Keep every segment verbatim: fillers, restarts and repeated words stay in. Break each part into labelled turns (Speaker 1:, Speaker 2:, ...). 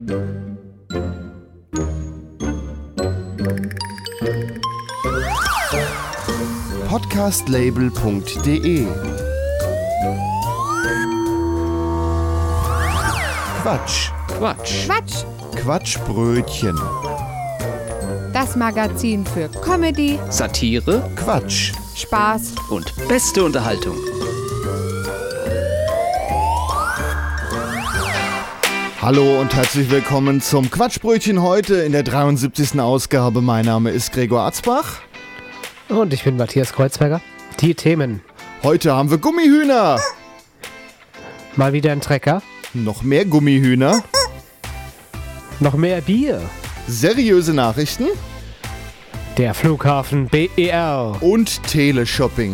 Speaker 1: Podcastlabel punkt de Quatsch.
Speaker 2: Quatsch.
Speaker 3: Quatsch.
Speaker 1: Quatschbrötchen.
Speaker 3: Das Magazin für Comedy,
Speaker 2: Satire,
Speaker 1: Quatsch.
Speaker 3: Spaß
Speaker 2: und beste Unterhaltung.
Speaker 1: Hallo und herzlich willkommen zum Quatschbrötchen heute in der dreiundsiebzigsten Ausgabe. Mein Name ist Gregor Atzbach.
Speaker 4: Und ich bin Matthias Kreuzberger. Die Themen.
Speaker 1: Heute haben wir Gummihühner.
Speaker 4: Mal wieder ein Trecker.
Speaker 1: Noch mehr Gummihühner.
Speaker 4: Noch mehr Bier.
Speaker 1: Seriöse Nachrichten.
Speaker 4: Der Flughafen B E R.
Speaker 1: Und Teleshopping.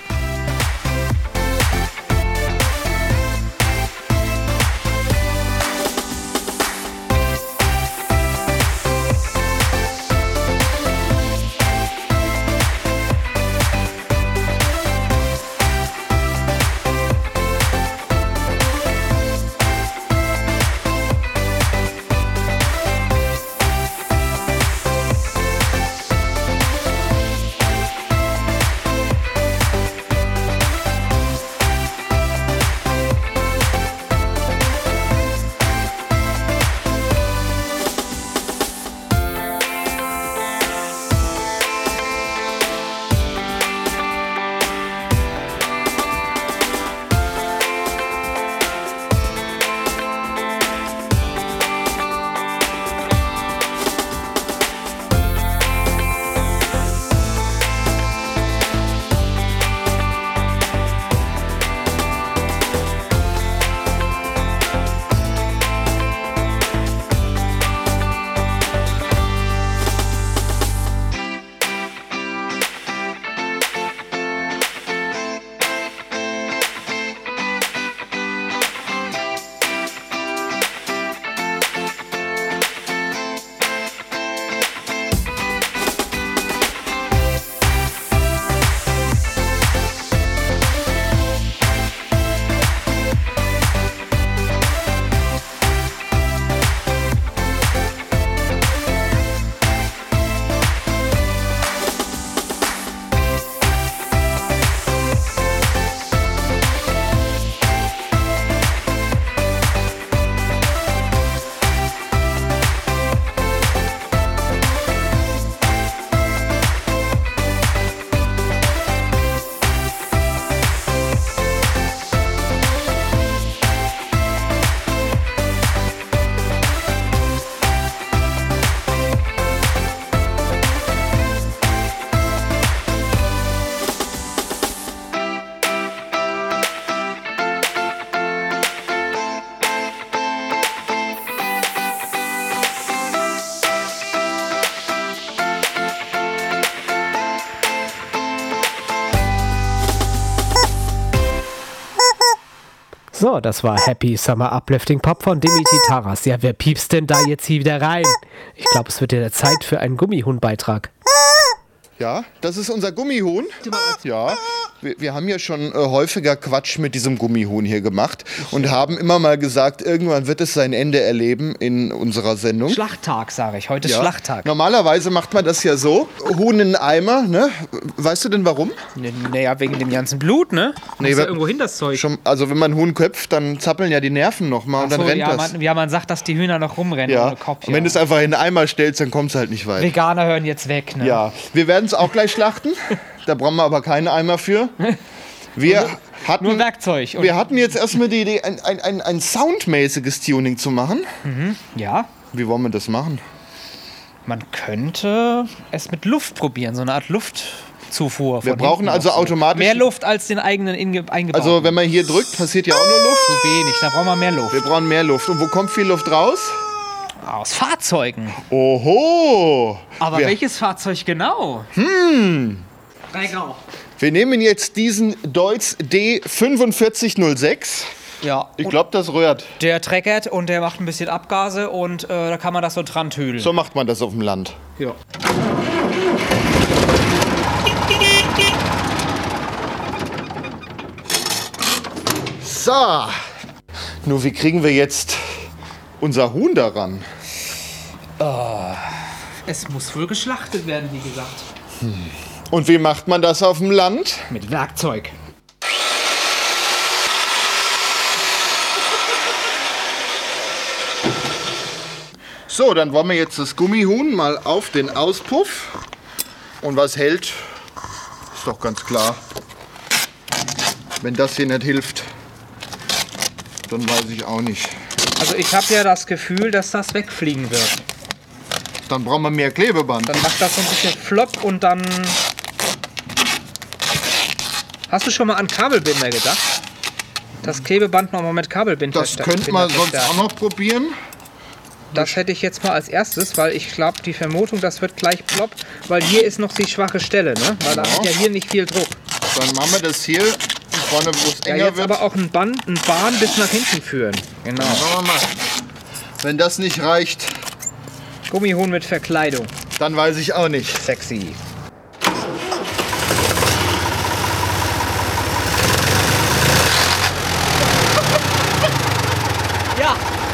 Speaker 4: So, das war Happy Summer Uplifting Pop von Dimitri Taras. Ja, wer piepst denn da jetzt hier wieder rein? Ich glaube, es wird ja Zeit für einen Gummihuhn-Beitrag.
Speaker 1: Ja, das ist unser Gummihuhn. Ja, wir, wir haben ja schon äh, häufiger Quatsch mit diesem Gummihuhn hier gemacht und haben immer mal gesagt, irgendwann wird es sein Ende erleben in unserer Sendung.
Speaker 5: Schlachttag, sage ich. Heute ist
Speaker 1: Ja.
Speaker 5: Schlachttag.
Speaker 1: Normalerweise macht man das ja so, Huhn in einen Eimer, ne? Weißt du denn warum?
Speaker 5: Naja, wegen dem ganzen Blut, ne?
Speaker 1: Nee,
Speaker 5: Muss ja
Speaker 1: wir-
Speaker 5: irgendwo hin, das Zeug.
Speaker 1: Schon, also wenn man Huhn köpft, dann zappeln ja die Nerven nochmal und
Speaker 5: Ach
Speaker 1: dann
Speaker 5: so,
Speaker 1: rennt
Speaker 5: ja,
Speaker 1: das.
Speaker 5: man, ja, man sagt, dass die Hühner noch rumrennen
Speaker 1: Ja,
Speaker 5: ohne Kopf.
Speaker 1: und wenn du
Speaker 5: Ja.
Speaker 1: es einfach in den Eimer stellst, dann kommst du halt nicht weit.
Speaker 5: Veganer hören jetzt weg, ne?
Speaker 1: Ja, wir werden es auch gleich schlachten. Da brauchen wir aber keine Eimer für. Wir hatten,
Speaker 5: Nur Werkzeug. Und,
Speaker 1: wir hatten jetzt erstmal die Idee, ein, ein, ein, ein soundmäßiges Tuning zu machen.
Speaker 5: ja,
Speaker 1: Wie wollen wir das machen?
Speaker 5: man könnte es mit Luft probieren, so eine Art Luftzufuhr.
Speaker 1: Wir
Speaker 5: von
Speaker 1: brauchen
Speaker 5: hinten
Speaker 1: also
Speaker 5: aus so.
Speaker 1: automatisch-
Speaker 5: Mehr Luft als den eigenen inge- eingebauten.
Speaker 1: Also wenn man hier drückt, passiert ja auch nur Luft.
Speaker 5: Zu wenig, da brauchen wir mehr Luft.
Speaker 1: Wir brauchen mehr Luft. Und wo kommt viel Luft raus?
Speaker 5: Aus Fahrzeugen.
Speaker 1: Oho!
Speaker 5: Aber
Speaker 1: wir,
Speaker 5: welches Fahrzeug genau? Hm. Grau.
Speaker 1: wir nehmen jetzt diesen Deutz D fünfundvierzig null sechs.
Speaker 5: Ja.
Speaker 1: Ich glaube, das rührt.
Speaker 5: Der treckert und der macht ein bisschen Abgase und äh, da kann man das so dran tüdeln.
Speaker 1: So macht man das auf dem Land.
Speaker 5: Ja.
Speaker 1: So. Nur wie kriegen wir jetzt unser Huhn daran?
Speaker 5: Es muss wohl geschlachtet werden, wie gesagt.
Speaker 1: Und wie macht man das auf dem Land?
Speaker 5: Mit Werkzeug.
Speaker 1: So, dann wollen wir jetzt das Gummihuhn mal auf den Auspuff. Und was hält, ist doch ganz klar. Wenn das hier nicht hilft, dann weiß ich auch nicht.
Speaker 5: Also ich habe ja das Gefühl, dass das wegfliegen wird.
Speaker 1: Dann brauchen wir mehr Klebeband.
Speaker 5: Dann macht das so ein bisschen flop und dann... Hast du schon mal an Kabelbinder gedacht? Das Klebeband nochmal mit Kabelbinder
Speaker 1: Das könnte man sonst auch noch probieren.
Speaker 5: Das hätte ich jetzt mal als erstes, weil ich glaube, die Vermutung, das wird gleich plopp, weil hier ist noch die schwache Stelle, ne? Weil da
Speaker 1: Ja.
Speaker 5: ist ja hier nicht viel Druck.
Speaker 1: Dann machen wir das hier vorne, wo es
Speaker 5: Ja,
Speaker 1: enger
Speaker 5: jetzt
Speaker 1: wird.
Speaker 5: aber auch ein Band, ein Bahn bis nach hinten führen. Genau.
Speaker 1: Schauen wir mal. Wenn das nicht reicht,
Speaker 5: Gummihuhn mit Verkleidung.
Speaker 1: dann weiß ich auch nicht.
Speaker 5: Sexy. Ja.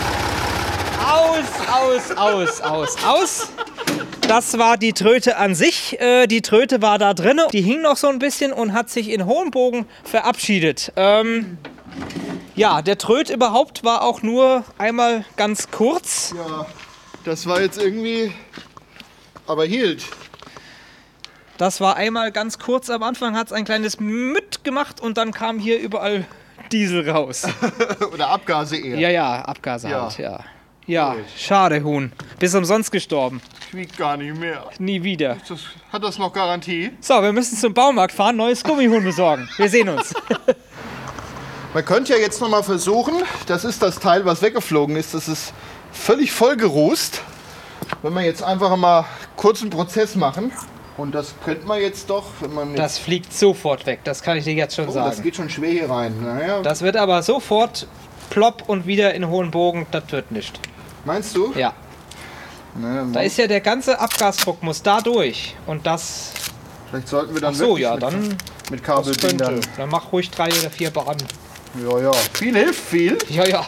Speaker 5: Aus, aus, aus, aus, aus. Das war die Tröte an sich. Äh, die Tröte war da drin. Die hing noch so ein bisschen und hat sich in hohem Bogen verabschiedet. Ähm, ja, der Tröt überhaupt war auch nur einmal ganz kurz.
Speaker 1: Ja, das war jetzt irgendwie, aber hielt.
Speaker 5: Das war einmal ganz kurz. Am Anfang hat es ein kleines Mütt gemacht und dann kam hier überall Diesel raus.
Speaker 1: Oder Abgase eher.
Speaker 5: Ja, ja, Abgase
Speaker 1: Ja.
Speaker 5: halt, ja. Ja, schade, Huhn. Bist umsonst gestorben.
Speaker 1: Wiegt gar nicht mehr.
Speaker 5: Nie wieder.
Speaker 1: Das, hat das noch Garantie?
Speaker 5: So, wir müssen zum Baumarkt fahren, neues Gummihuhn besorgen. Wir sehen uns.
Speaker 1: Man könnte ja jetzt noch mal versuchen, das ist das Teil, was weggeflogen ist, das ist völlig vollgerußt. Wenn wir jetzt einfach mal kurz einen Prozess machen. Und das könnte man jetzt doch, wenn man...
Speaker 5: Das fliegt sofort weg, das kann ich dir jetzt schon
Speaker 1: oh, das
Speaker 5: sagen.
Speaker 1: geht schon schwer hier rein. Naja,
Speaker 5: Das wird aber sofort plopp und wieder in hohen Bogen, das wird nicht.
Speaker 1: meinst du?
Speaker 5: Ja,
Speaker 1: Naja,
Speaker 5: da ist ja der ganze Abgasdruck muss da durch. Und das...
Speaker 1: vielleicht sollten wir dann
Speaker 5: Ach so,
Speaker 1: wirklich
Speaker 5: ja,
Speaker 1: mit,
Speaker 5: dann...
Speaker 1: mit
Speaker 5: Das könnte.
Speaker 1: Kabelbindern.
Speaker 5: Dann mach ruhig drei oder vier Bahnen.
Speaker 1: Ja, ja. Viel hilft viel.
Speaker 5: Ja, ja.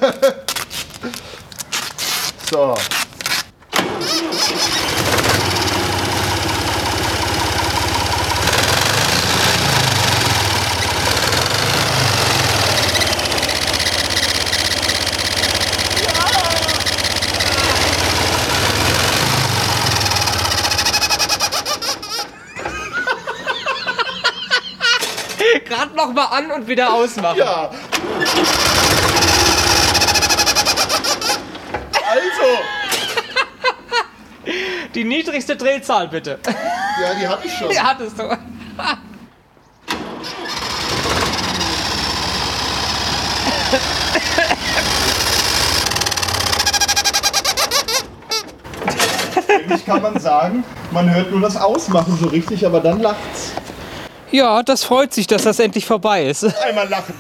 Speaker 1: So.
Speaker 5: Gerade noch mal an und wieder ausmachen.
Speaker 1: Ja. Also.
Speaker 5: Die niedrigste Drehzahl bitte.
Speaker 1: Ja, die hatte ich schon.
Speaker 5: Die hattest du.
Speaker 1: Eigentlich kann man sagen, man hört nur das Ausmachen so richtig, aber dann lacht's.
Speaker 5: Ja, das freut sich, dass das endlich vorbei ist.
Speaker 1: Einmal lachen.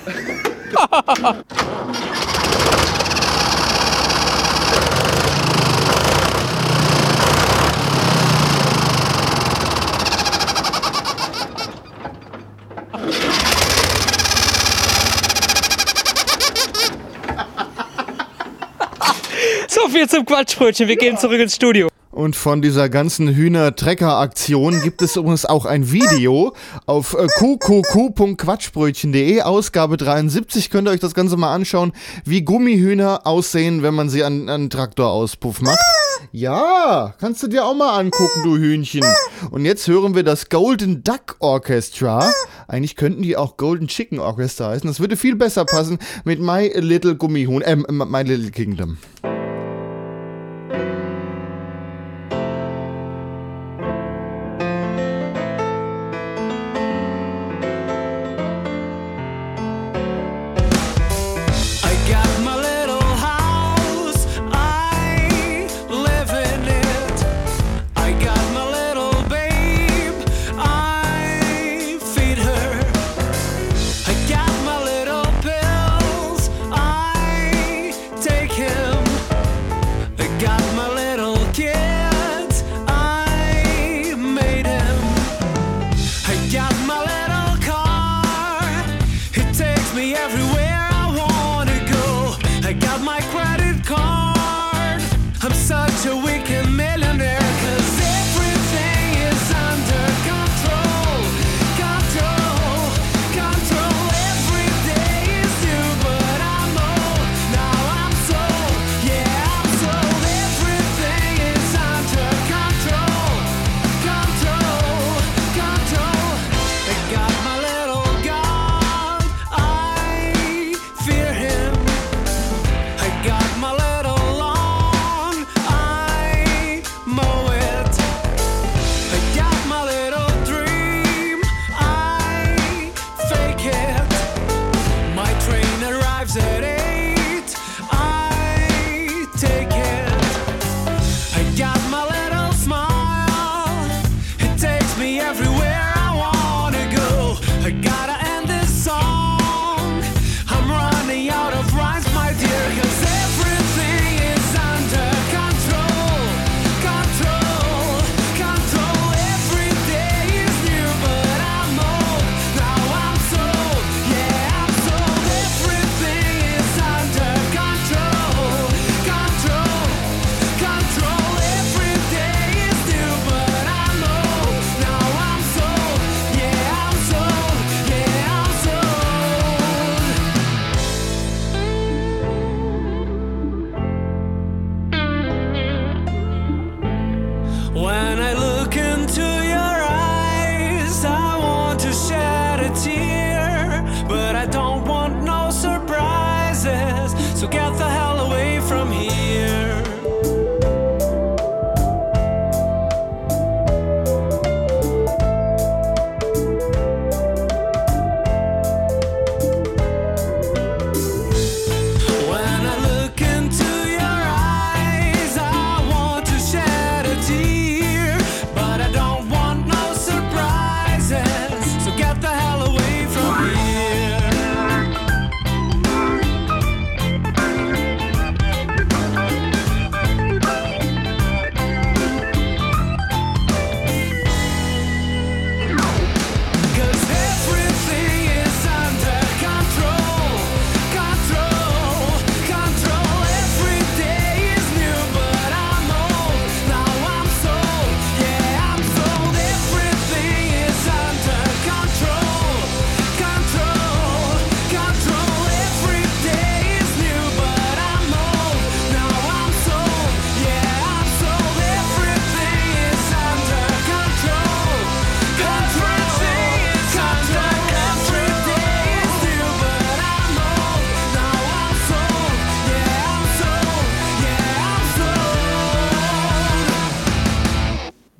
Speaker 5: So viel zum Quatschbrötchen. Wir gehen zurück ins Studio.
Speaker 1: Und von dieser ganzen Hühner-Trecker-Aktion gibt es übrigens auch ein Video auf äh, q q q punkt quatschbrötchen punkt de, Ausgabe dreiundsiebzig. Könnt ihr euch das Ganze mal anschauen, wie Gummihühner aussehen, wenn man sie an einen Traktorauspuff macht. Ja, kannst du dir auch mal angucken, du Hühnchen. Und jetzt hören wir das Golden Duck Orchestra. Eigentlich könnten die auch Golden Chicken Orchestra heißen. Das würde viel besser passen mit My Little Gummihuhn, äh, My Little Kingdom.
Speaker 6: Take him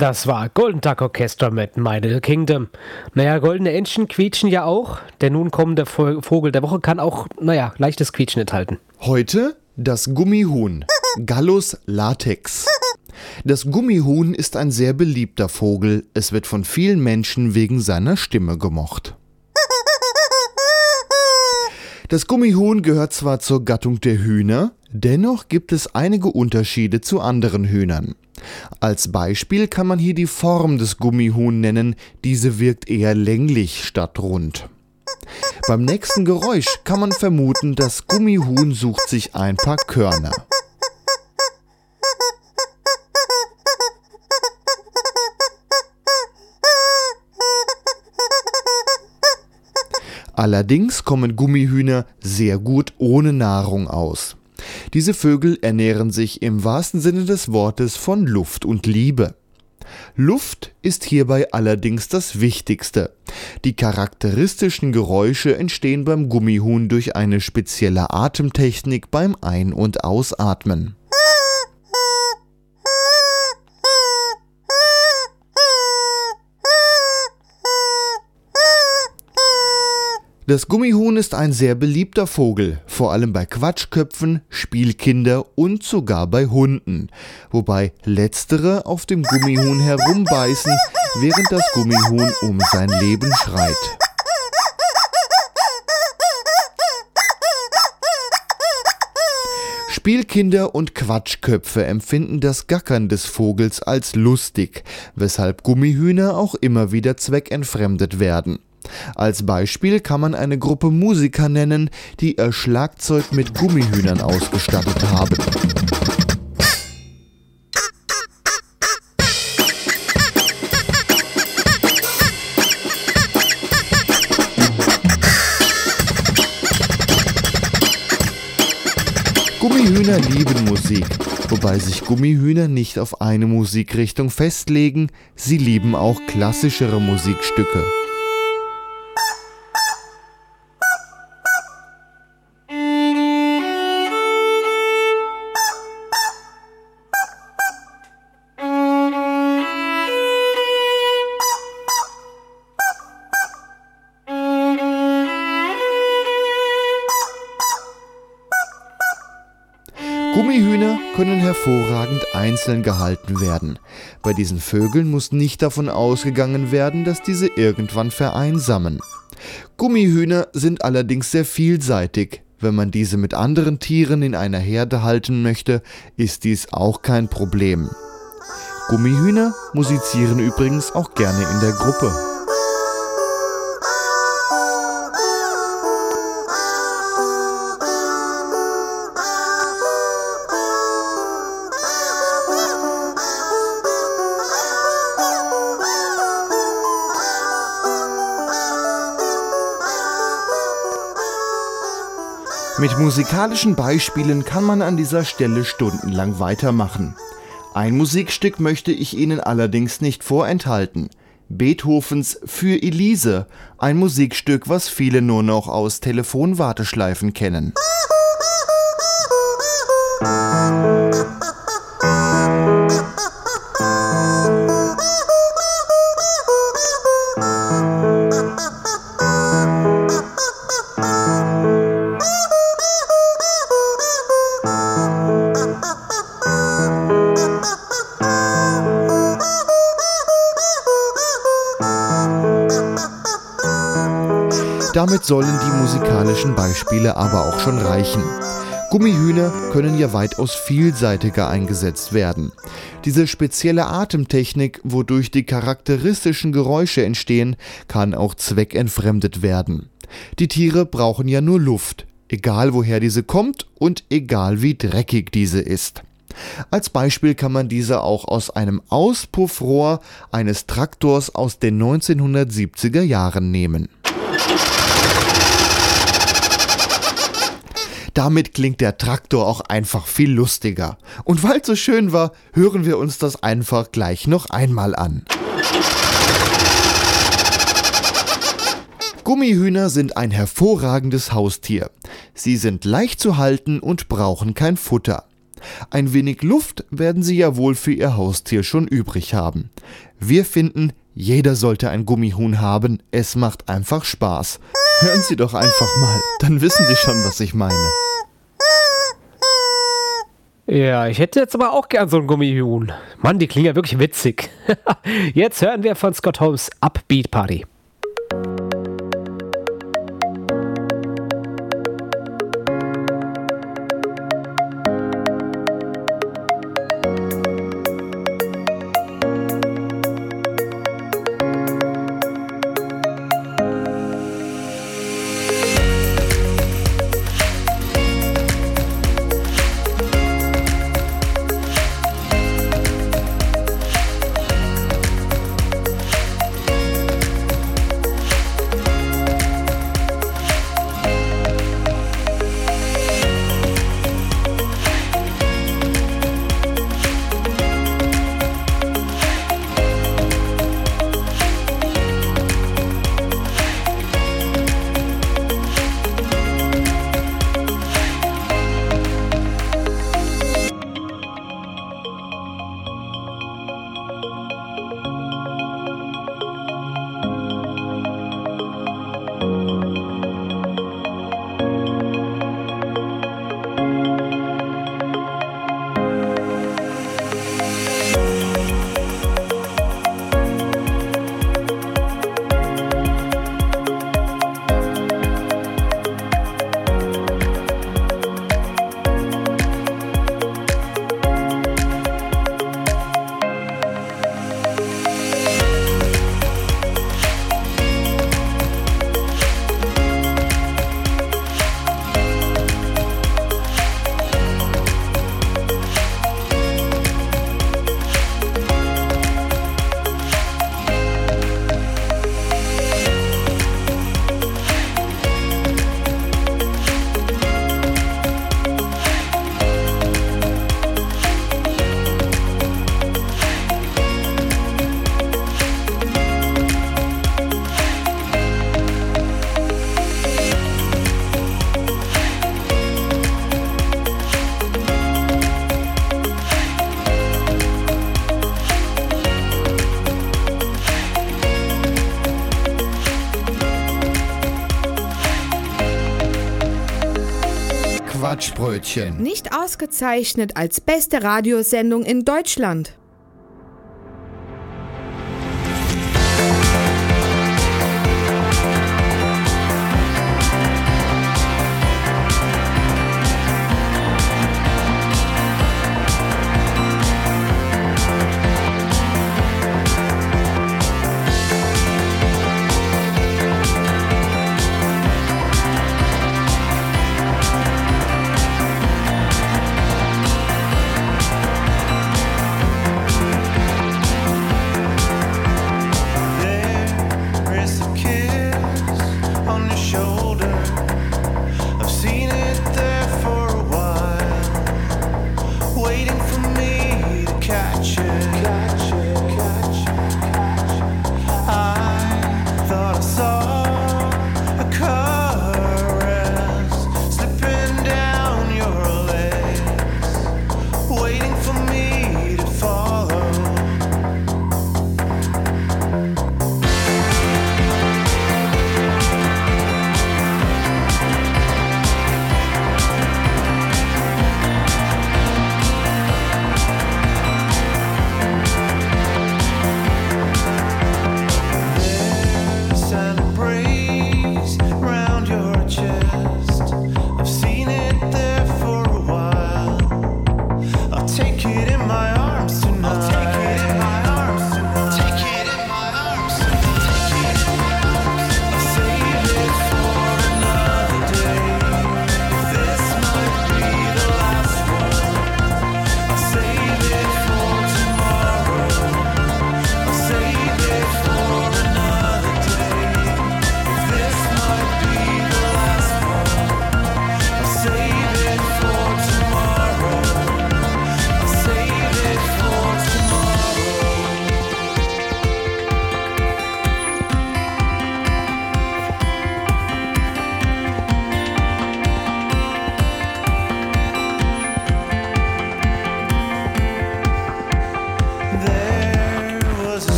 Speaker 4: Das war Golden Duck Orchestra mit My Little Kingdom. Naja, goldene Entchen quietschen ja auch. Der nun kommende Vogel der Woche kann auch, naja, leichtes Quietschen enthalten.
Speaker 1: Heute das Gummihuhn, Gallus latex. Das Gummihuhn ist ein sehr beliebter Vogel. Es wird von vielen Menschen wegen seiner Stimme gemocht. Das Gummihuhn gehört zwar zur Gattung der Hühner, dennoch gibt es einige Unterschiede zu anderen Hühnern. Als Beispiel kann man hier die Form des Gummihuhn nennen, diese wirkt eher länglich statt rund. Beim nächsten Geräusch kann man vermuten, das Gummihuhn sucht sich ein paar Körner. Allerdings kommen Gummihühner sehr gut ohne Nahrung aus. Diese Vögel ernähren sich im wahrsten Sinne des Wortes von Luft und Liebe. Luft ist hierbei allerdings das Wichtigste. Die charakteristischen Geräusche entstehen beim Gummihuhn durch eine spezielle Atemtechnik beim Ein- und Ausatmen. Das Gummihuhn ist ein sehr beliebter Vogel, vor allem bei Quatschköpfen, Spielkinder und sogar bei Hunden, wobei letztere auf dem Gummihuhn herumbeißen, während das Gummihuhn um sein Leben schreit. Spielkinder und Quatschköpfe empfinden das Gackern des Vogels als lustig, weshalb Gummihühner auch immer wieder zweckentfremdet werden. Als Beispiel kann man eine Gruppe Musiker nennen, die ihr Schlagzeug mit Gummihühnern ausgestattet haben. Gummihühner lieben Musik, wobei sich Gummihühner nicht auf eine Musikrichtung festlegen, sie lieben auch klassischere Musikstücke. Gummihühner können hervorragend einzeln gehalten werden. Bei diesen Vögeln muss nicht davon ausgegangen werden, dass diese irgendwann vereinsamen. Gummihühner sind allerdings sehr vielseitig. Wenn man diese mit anderen Tieren in einer Herde halten möchte, ist dies auch kein Problem. Gummihühner musizieren übrigens auch gerne in der Gruppe. Mit musikalischen Beispielen kann man an dieser Stelle stundenlang weitermachen. Ein Musikstück möchte ich Ihnen allerdings nicht vorenthalten. Beethovens Für Elise, ein Musikstück, was viele nur noch aus Telefonwarteschleifen kennen. Damit sollen die musikalischen Beispiele aber auch schon reichen. Gummihühner können ja weitaus vielseitiger eingesetzt werden. Diese spezielle Atemtechnik, wodurch die charakteristischen Geräusche entstehen, kann auch zweckentfremdet werden. Die Tiere brauchen ja nur Luft, egal woher diese kommt und egal wie dreckig diese ist. Als Beispiel kann man diese auch aus einem Auspuffrohr eines Traktors aus den neunzehnhundertsiebziger Jahren nehmen. Damit klingt der Traktor auch einfach viel lustiger. Und weil es so schön war, hören wir uns das einfach gleich noch einmal an. Gummihühner sind ein hervorragendes Haustier. Sie sind leicht zu halten und brauchen kein Futter. Ein wenig Luft werden Sie ja wohl für Ihr Haustier schon übrig haben. Wir finden, jeder sollte ein Gummihuhn haben. Es macht einfach Spaß. Hören Sie doch einfach mal, dann wissen Sie schon, was ich meine.
Speaker 4: Ja, ich hätte jetzt aber auch gern so ein Gummihuhn. Mann, die klingen ja wirklich witzig. Jetzt hören wir von Scott Holmes Upbeat Party.
Speaker 1: Quatschbrötchen.
Speaker 3: Nicht ausgezeichnet als beste Radiosendung in Deutschland.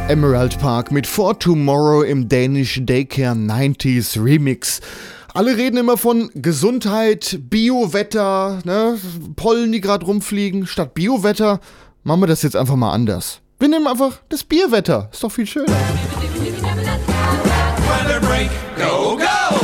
Speaker 1: Emerald Park mit For Tomorrow im Danish Daycare neunziger Remix. Alle reden immer von Gesundheit, Biowetter, ne? Pollen, die gerade rumfliegen. Statt Biowetter machen wir das jetzt einfach mal anders. Wir nehmen einfach das Bierwetter. Ist doch viel schöner.
Speaker 2: Go, go!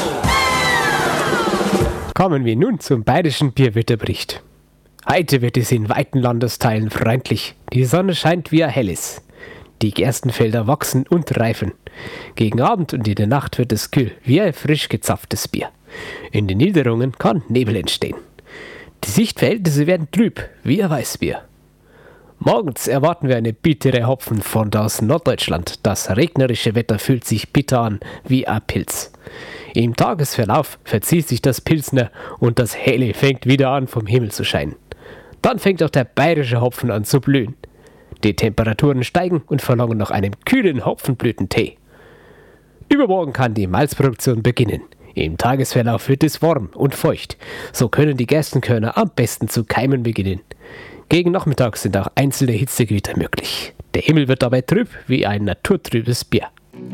Speaker 4: Kommen wir nun zum bayerischen Bierwetterbericht. Heute wird es in weiten Landesteilen freundlich. Die Sonne scheint wie ein helles. Die Gerstenfelder wachsen und reifen. Gegen Abend und in der Nacht wird es kühl, wie ein frisch gezapftes Bier. In den Niederungen kann Nebel entstehen. Die Sichtverhältnisse werden trüb, wie ein Weißbier. Morgens erwarten wir eine bittere Hopfenfront aus Norddeutschland. Das regnerische Wetter fühlt sich bitter an, wie ein Pilz. Im Tagesverlauf verzieht sich das Pilsner und das Helle fängt wieder an, vom Himmel zu scheinen. Dann fängt auch der bayerische Hopfen an zu blühen. Die Temperaturen steigen und verlangen nach einem kühlen Hopfenblütentee. Übermorgen kann die Malzproduktion beginnen. Im Tagesverlauf wird es warm und feucht. So können die Gerstenkörner am besten zu keimen beginnen. Gegen Nachmittag sind auch einzelne Hitzegewitter möglich. Der Himmel wird dabei trüb wie ein naturtrübes Bier.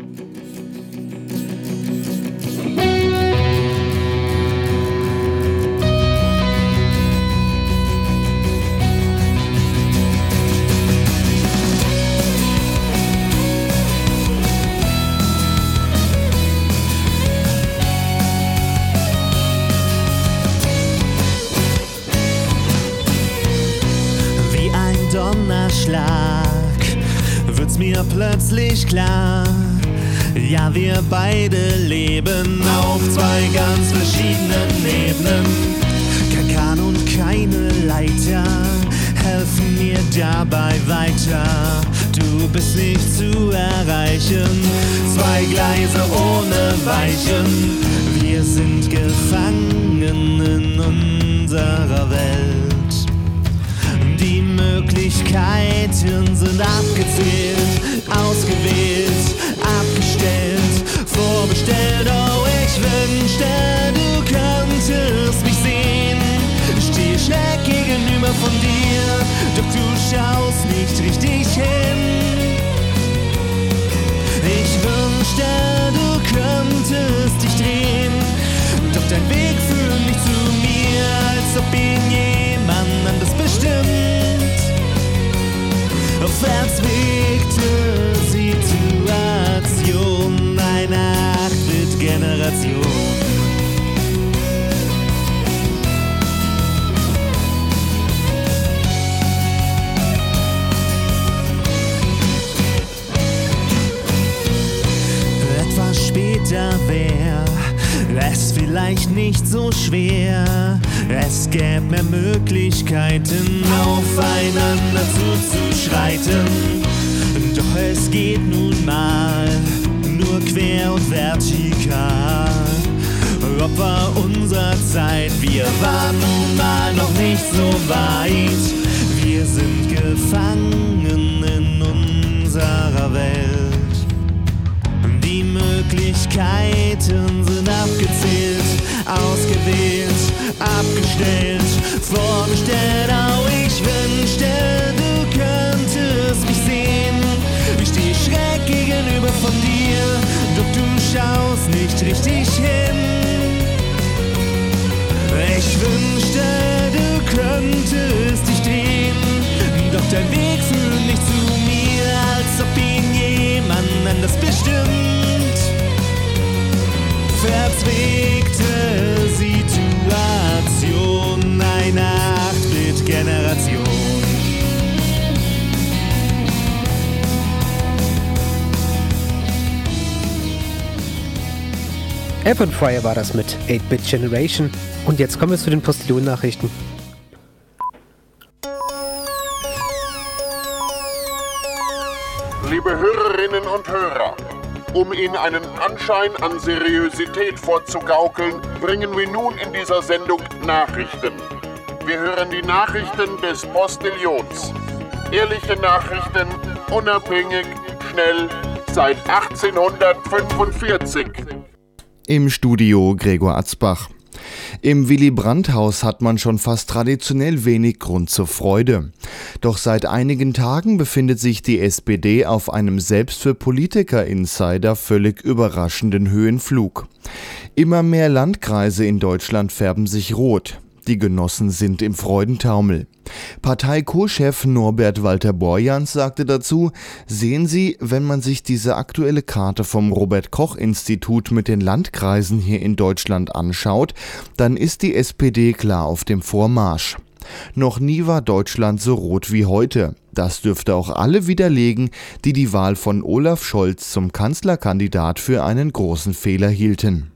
Speaker 6: Donnerschlag wird's mir plötzlich klar. Ja, wir beide leben auf zwei ganz verschiedenen Ebenen. Kein Kahn und keine Leiter helfen mir dabei weiter. Du bist nicht zu erreichen, zwei Gleise ohne Weichen. Wir sind gefangen in unserer Welt. Die Möglichkeiten sind abgezählt, ausgewählt, abgestellt, vorbestellt. Oh, ich wünschte, du könntest mich sehen. Ich stehe schräg gegenüber von dir, doch du schaust nicht richtig hin. Ich wünschte, du könntest dich drehen, doch dein Weg führt nicht zu mir, als ob ihn jemand anders bestimmt. Verzwickte Situation, eine acht-Bit-Generation. Etwas später wäre es vielleicht nicht so schwer. Es gäbe mehr Möglichkeiten, aufeinander zuzuschreiten. Doch es geht nun mal nur quer und vertikal. Opfer unserer Zeit, wir waren nun mal noch nicht so weit. Wir sind gefangen in unserer Welt. Die Möglichkeiten sind abgezählt, ausgewählt, abgestellt, vorbestellt. Oh, ich wünschte, du könntest mich sehen. Ich stehe schräg gegenüber von dir, doch du schaust nicht richtig hin. Ich wünschte, du könntest dich drehen, doch dein Weg führt nicht zu mir, als ob ihn jemand anders bestimmt. Verzwickte Situation, eine acht-Bit-Generation.
Speaker 4: Evan Fryer war das mit eight-Bit Generation. Und jetzt kommen wir zu den Postillon-Nachrichten.
Speaker 7: Liebe Hörerinnen und Hörer, um Ihnen einen Anschein an Seriosität vorzugaukeln, bringen wir nun in dieser Sendung Nachrichten. Wir hören die Nachrichten des Postillons. Ehrliche Nachrichten, unabhängig, schnell, seit achtzehnhundertfünfundvierzig.
Speaker 1: Im Studio Gregor Atzbach. Im Willy-Brandt-Haus hat man schon fast traditionell wenig Grund zur Freude. Doch seit einigen Tagen befindet sich die S P D auf einem selbst für Politiker-Insider völlig überraschenden Höhenflug. Immer mehr Landkreise in Deutschland färben sich rot. Die Genossen sind im Freudentaumel. Partei-Co-Chef Norbert Walter-Borjans sagte dazu, sehen Sie, wenn man sich diese aktuelle Karte vom Robert-Koch-Institut mit den Landkreisen hier in Deutschland anschaut, dann ist die S P D klar auf dem Vormarsch. Noch nie war Deutschland so rot wie heute. Das dürfte auch alle widerlegen, die die Wahl von Olaf Scholz zum Kanzlerkandidat für einen großen Fehler hielten.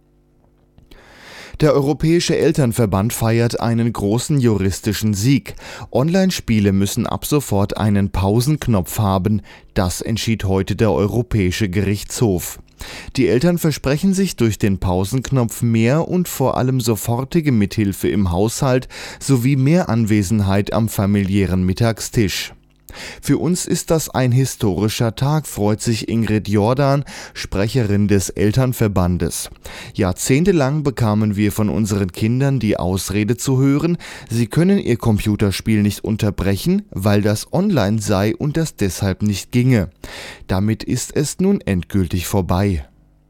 Speaker 1: Der Europäische Elternverband feiert einen großen juristischen Sieg. Online-Spiele müssen ab sofort einen Pausenknopf haben. Das entschied heute der Europäische Gerichtshof. Die Eltern versprechen sich durch den Pausenknopf mehr und vor allem sofortige Mithilfe im Haushalt sowie mehr Anwesenheit am familiären Mittagstisch. Für uns ist das ein historischer Tag, freut sich Ingrid Jordan, Sprecherin des Elternverbandes. Jahrzehntelang bekamen wir von unseren Kindern die Ausrede zu hören, sie können ihr Computerspiel nicht unterbrechen, weil das online sei und das deshalb nicht ginge. Damit ist es nun endgültig vorbei.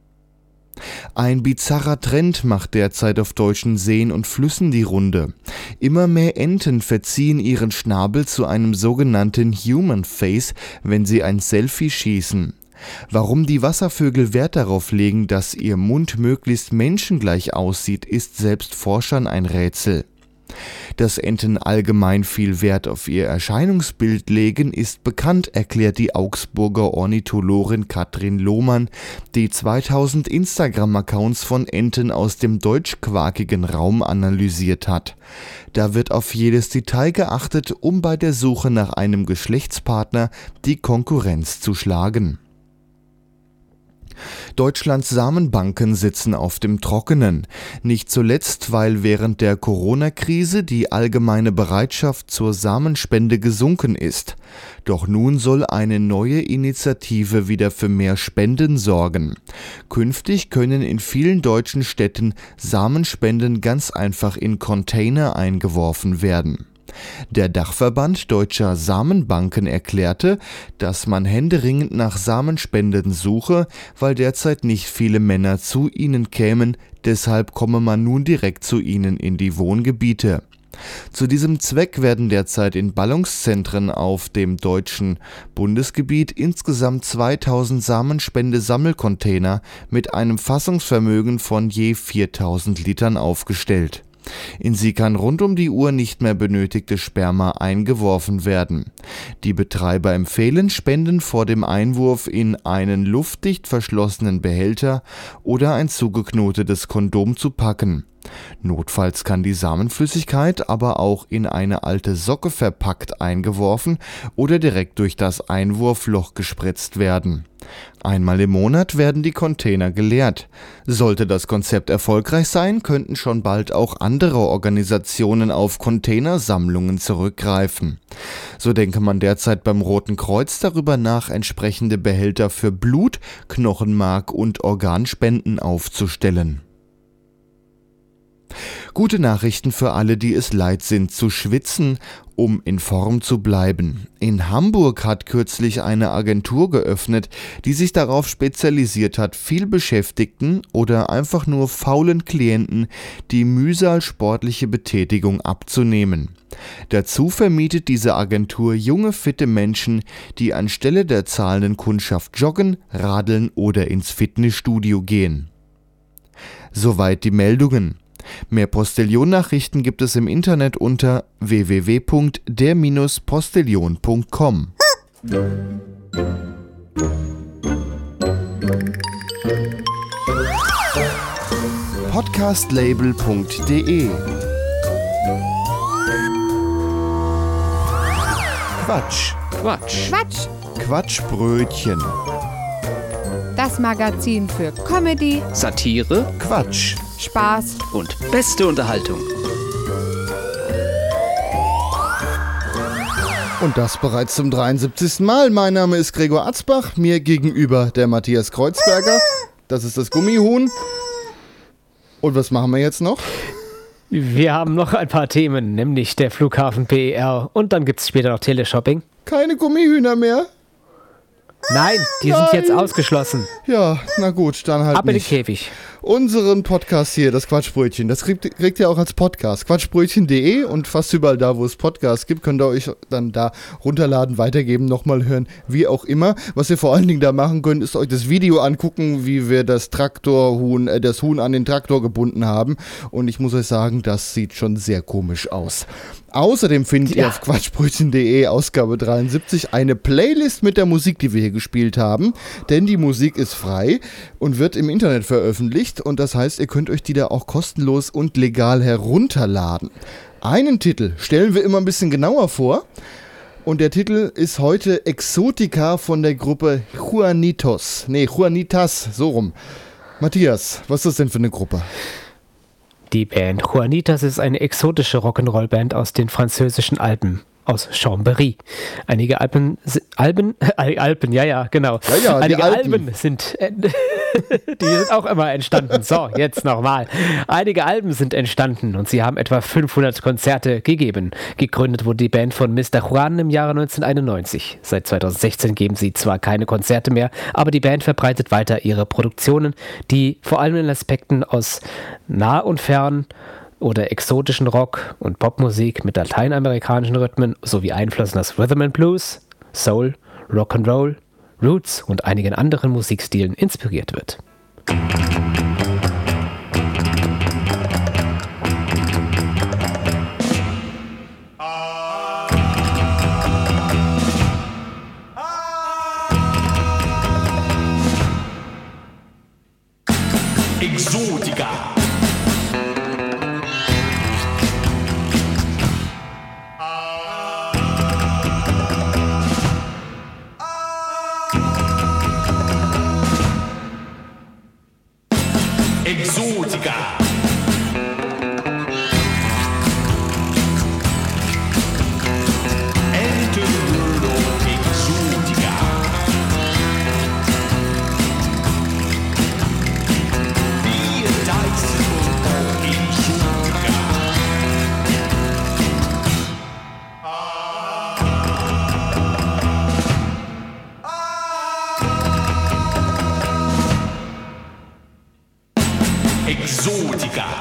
Speaker 1: Ein bizarrer Trend macht derzeit auf deutschen Seen und Flüssen die Runde. Immer mehr Enten verziehen ihren Schnabel zu einem sogenannten Human Face, wenn sie ein Selfie schießen. Warum die Wasservögel Wert darauf legen, dass ihr Mund möglichst menschengleich aussieht, ist selbst Forschern ein Rätsel. Dass Enten allgemein viel Wert auf ihr Erscheinungsbild legen, ist bekannt, erklärt die Augsburger Ornitholorin Katrin Lohmann, die zweitausend Instagram-Accounts von Enten aus dem deutschquakigen Raum analysiert hat. Da wird auf jedes Detail geachtet, um bei der Suche nach einem Geschlechtspartner die Konkurrenz zu schlagen. Deutschlands Samenbanken sitzen auf dem Trockenen. Nicht zuletzt, weil während der Corona-Krise die allgemeine Bereitschaft zur Samenspende gesunken ist. Doch nun soll eine neue Initiative wieder für mehr Spenden sorgen. Künftig können in vielen deutschen Städten Samenspenden ganz einfach in Container eingeworfen werden. Der Dachverband Deutscher Samenbanken erklärte, dass man händeringend nach Samenspenden suche, weil derzeit nicht viele Männer zu ihnen kämen, deshalb komme man nun direkt zu ihnen in die Wohngebiete. Zu diesem Zweck werden derzeit in Ballungszentren auf dem deutschen Bundesgebiet insgesamt zweitausend Samenspende-Sammelcontainer mit einem Fassungsvermögen von je viertausend Litern aufgestellt. In sie kann rund um die Uhr nicht mehr benötigte Sperma eingeworfen werden. Die Betreiber empfehlen, Spenden vor dem Einwurf in einen luftdicht verschlossenen Behälter oder ein zugeknotetes Kondom zu packen. Notfalls kann die Samenflüssigkeit aber auch in eine alte Socke verpackt eingeworfen oder direkt durch das Einwurfloch gespritzt werden. Einmal im Monat werden die Container geleert. Sollte das Konzept erfolgreich sein, könnten schon bald auch andere Organisationen auf Containersammlungen zurückgreifen. So denke man derzeit beim Roten Kreuz darüber nach, entsprechende Behälter für Blut, Knochenmark und Organspenden aufzustellen. Gute Nachrichten für alle, die es leid sind zu schwitzen, um in Form zu bleiben. In Hamburg hat kürzlich eine Agentur geöffnet, die sich darauf spezialisiert hat, vielbeschäftigten oder einfach nur faulen Klienten die mühsal sportliche Betätigung abzunehmen. Dazu vermietet diese Agentur junge, fitte Menschen, die anstelle der zahlenden Kundschaft joggen, radeln oder ins Fitnessstudio gehen. Soweit die Meldungen. Mehr Postillon-Nachrichten gibt es im Internet unter w w w punkt der Bindestrich postillon punkt com. podcastlabel punkt de Quatsch.
Speaker 4: Quatsch.
Speaker 3: Quatsch,
Speaker 1: Quatschbrötchen.
Speaker 3: das Magazin für Comedy,
Speaker 4: Satire
Speaker 1: Quatsch.
Speaker 3: Spaß
Speaker 4: und beste Unterhaltung.
Speaker 1: Und das bereits zum dreiundsiebzigsten Mal. Mein Name ist Gregor Atzbach, mir gegenüber der Matthias Kreuzberger. Das ist das Gummihuhn. Und was machen wir jetzt noch?
Speaker 4: Wir haben noch ein paar Themen, nämlich der Flughafen P E R und dann gibt es später noch Teleshopping.
Speaker 1: Keine Gummihühner mehr?
Speaker 4: Nein, die
Speaker 1: Nein.
Speaker 4: sind jetzt ausgeschlossen.
Speaker 1: Ja, na gut, dann halt
Speaker 4: Ab in den
Speaker 1: nicht.
Speaker 4: Käfig.
Speaker 1: Unseren Podcast hier, das Quatschbrötchen, das kriegt, kriegt ihr auch als Podcast. Quatschbrötchen punkt de und fast überall da, wo es Podcasts gibt, könnt ihr euch dann da runterladen, weitergeben, nochmal hören, wie auch immer. Was ihr vor allen Dingen da machen könnt, ist euch das Video angucken, wie wir das Traktorhuhn, äh, das Huhn an den Traktor gebunden haben. Und ich muss euch sagen, das sieht schon sehr komisch aus. Außerdem findet
Speaker 4: Ja.
Speaker 1: ihr auf quatschbrötchen punkt de Ausgabe dreiundsiebzig eine Playlist mit der Musik, die wir hier gespielt haben, denn die Musik ist frei und wird im Internet veröffentlicht und das heißt, ihr könnt euch die da auch kostenlos und legal herunterladen. Einen Titel stellen wir immer ein bisschen genauer vor und der Titel ist heute Exotica von der Gruppe Juanitos. Nee, Juanitas, so rum. Matthias, was ist das denn für eine Gruppe?
Speaker 4: Die Band Juanitas ist eine exotische Rock'n'Roll-Band aus den französischen Alpen, aus Chambéry. Einige Alpen, Alpen, äh, Alpen, ja, ja, genau.
Speaker 1: Ja, ja, die
Speaker 4: Einige
Speaker 1: Alpen.
Speaker 4: Alben sind, äh, die sind auch immer entstanden. So, jetzt nochmal. Einige Alben sind entstanden und sie haben etwa fünfhundert Konzerte gegeben. Gegründet wurde die Band von Mister Juan im Jahre neunzehnhunderteinundneunzig. Seit zweitausendsechzehn geben sie zwar keine Konzerte mehr, aber die Band verbreitet weiter ihre Produktionen, die vor allem in Aspekten aus nah und fern oder exotischen Rock- und Popmusik mit lateinamerikanischen Rhythmen sowie Einflüssen aus Rhythm and Blues, Soul, Rock'n'Roll, Roots und einigen anderen Musikstilen inspiriert wird.
Speaker 2: Exotica. Exotica. Enter the world of Exotica. Be a dice of Exotica. Exotica.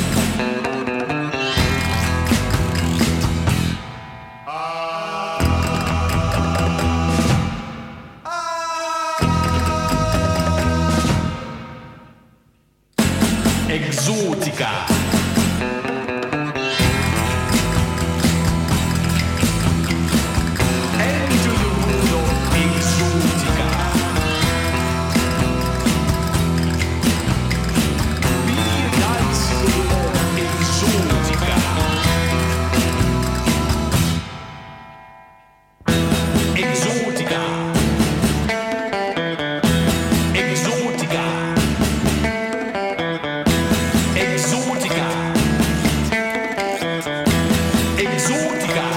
Speaker 2: Exotica. Enter the world of Exotica. Be a dice of Exotica. Exotica. Exotica. Exotica. Exotica.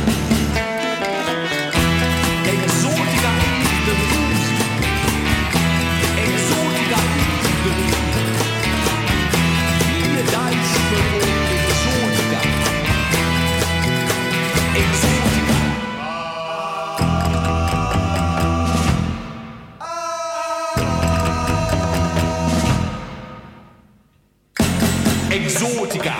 Speaker 2: Exotica is the music. Exotica is the music. Be a dice for Exotica. Exotica. Exotica.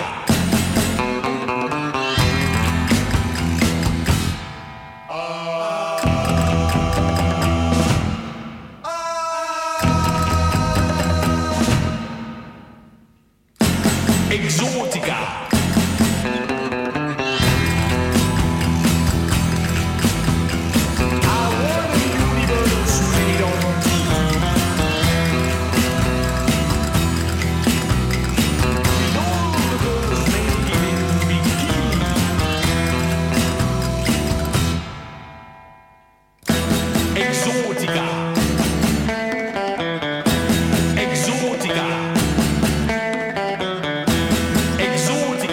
Speaker 2: Exotica. I want a universe made on TV. All the girls made in bikini. Exotica. Exotica. Exotica.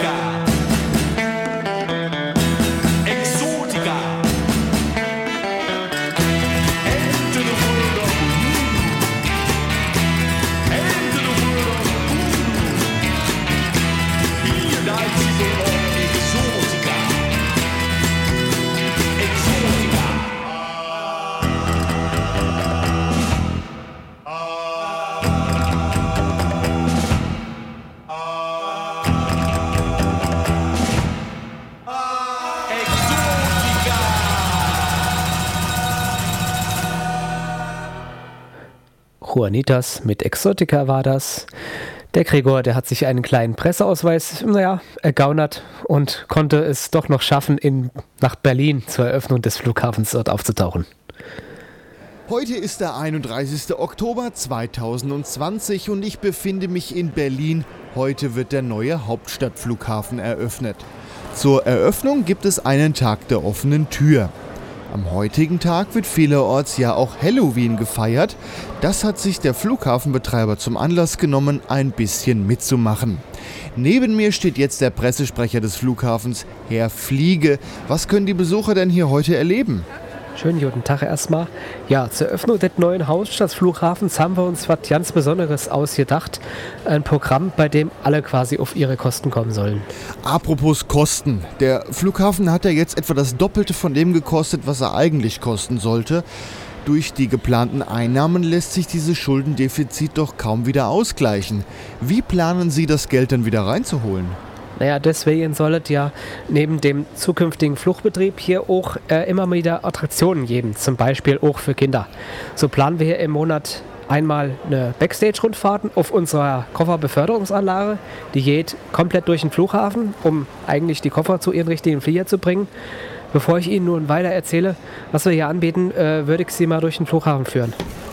Speaker 4: Juanitas mit Exotica war das. Der Gregor, der hat sich einen kleinen Presseausweis, naja, ergaunert und konnte es doch noch schaffen, in, nach Berlin zur Eröffnung des Flughafens dort aufzutauchen.
Speaker 1: Heute ist der einunddreißigster Oktober zweitausendzwanzig und ich befinde mich in Berlin. Heute wird der neue Hauptstadtflughafen eröffnet. Zur Eröffnung gibt es einen Tag der offenen Tür. Am heutigen Tag wird vielerorts ja auch Halloween gefeiert. Das hat sich der Flughafenbetreiber zum Anlass genommen, ein bisschen mitzumachen. Neben mir steht jetzt der Pressesprecher des Flughafens, Herr Fliege. Was können die Besucher denn hier heute erleben?
Speaker 4: Schönen guten Tag erstmal. Ja, zur Eröffnung des neuen Hauptstadtflughafens haben wir uns was ganz Besonderes ausgedacht. Ein Programm, bei dem alle quasi auf ihre Kosten kommen sollen.
Speaker 1: Apropos Kosten. Der Flughafen hat ja jetzt etwa das Doppelte von dem gekostet, was er eigentlich kosten sollte. Durch die geplanten Einnahmen lässt sich dieses Schuldendefizit doch kaum wieder ausgleichen. Wie planen Sie, das Geld dann wieder reinzuholen?
Speaker 4: Naja, deswegen soll es ja neben dem zukünftigen Fluchtbetrieb hier auch äh, immer wieder Attraktionen geben, zum Beispiel auch für Kinder. So planen wir hier im Monat einmal eine Backstage-Rundfahrt auf unserer Kofferbeförderungsanlage. Die geht komplett durch den Flughafen, um eigentlich die Koffer zu ihren richtigen Flieger zu bringen. Bevor ich Ihnen nun weiter erzähle, was wir hier anbieten, äh, würde ich Sie mal durch den Flughafen führen.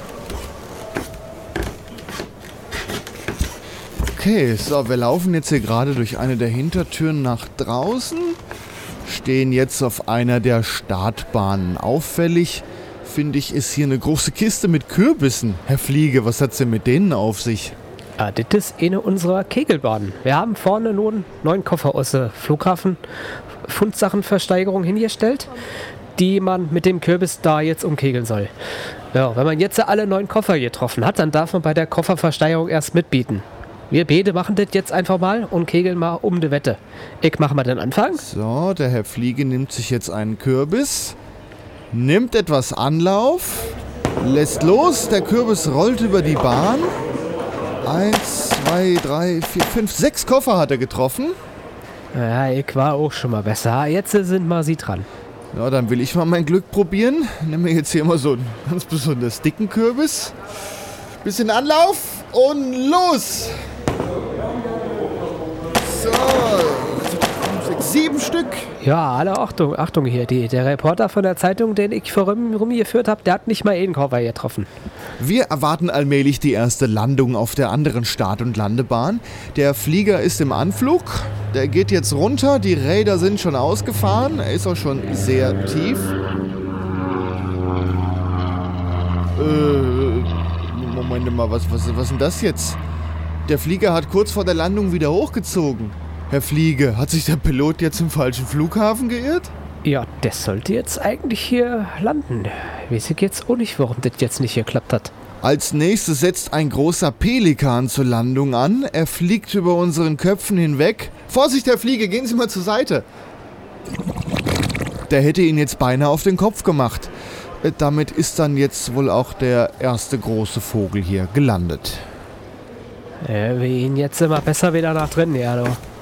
Speaker 1: Okay, so, wir laufen jetzt hier gerade durch eine der Hintertüren nach draußen, stehen jetzt auf einer der Startbahnen. Auffällig, finde ich, ist hier eine große Kiste mit Kürbissen. Herr Fliege, was hat's denn mit denen auf sich?
Speaker 4: Ah, das ist eine unserer Kegelbahnen. Wir haben vorne nun neun Koffer aus der Flughafen-Fundsachenversteigerung hingestellt, die man mit dem Kürbis da jetzt umkegeln soll. Ja, wenn man jetzt alle neun Koffer getroffen hat, dann darf man bei der Kofferversteigerung erst mitbieten. Wir beide machen das jetzt einfach mal und kegeln mal um die Wette. Ich mache mal den Anfang.
Speaker 1: So, der Herr Fliege nimmt sich jetzt einen Kürbis, nimmt etwas Anlauf, lässt los, der Kürbis rollt über die Bahn. Eins, zwei, drei, vier, fünf, sechs Koffer hat er getroffen.
Speaker 4: Ja, ich war auch schon mal besser. Jetzt sind mal Sie dran.
Speaker 1: Ja, dann will ich mal mein Glück probieren. Nimm mir jetzt hier mal so einen ganz besonders dicken Kürbis. Bisschen Anlauf und los! So, sechs, sieben Stück.
Speaker 4: Ja, alle Achtung, Achtung hier. Die, der Reporter von der Zeitung, den ich vorhin rumgeführt habe, der hat nicht mal einen Koffer getroffen.
Speaker 1: Wir erwarten allmählich die erste Landung auf der anderen Start- und Landebahn. Der Flieger ist im Anflug. Der geht jetzt runter. Die Räder sind schon ausgefahren. Er ist auch schon sehr tief. Äh, Moment mal, was, was, was ist denn das jetzt? Der Flieger hat kurz vor der Landung wieder hochgezogen. Herr Fliege, hat sich der Pilot jetzt im falschen Flughafen geirrt?
Speaker 4: Ja, das sollte jetzt eigentlich hier landen. Weiß ich jetzt auch nicht, warum das jetzt nicht geklappt hat.
Speaker 1: Als nächstes setzt ein großer Pelikan zur Landung an. Er fliegt über unseren Köpfen hinweg. Vorsicht, Herr Fliege, gehen Sie mal zur Seite. Der hätte ihn jetzt beinahe auf den Kopf gemacht. Damit ist dann jetzt wohl auch der erste große Vogel hier gelandet.
Speaker 4: Ja, wir gehen jetzt immer besser wieder nach drin, ja, du.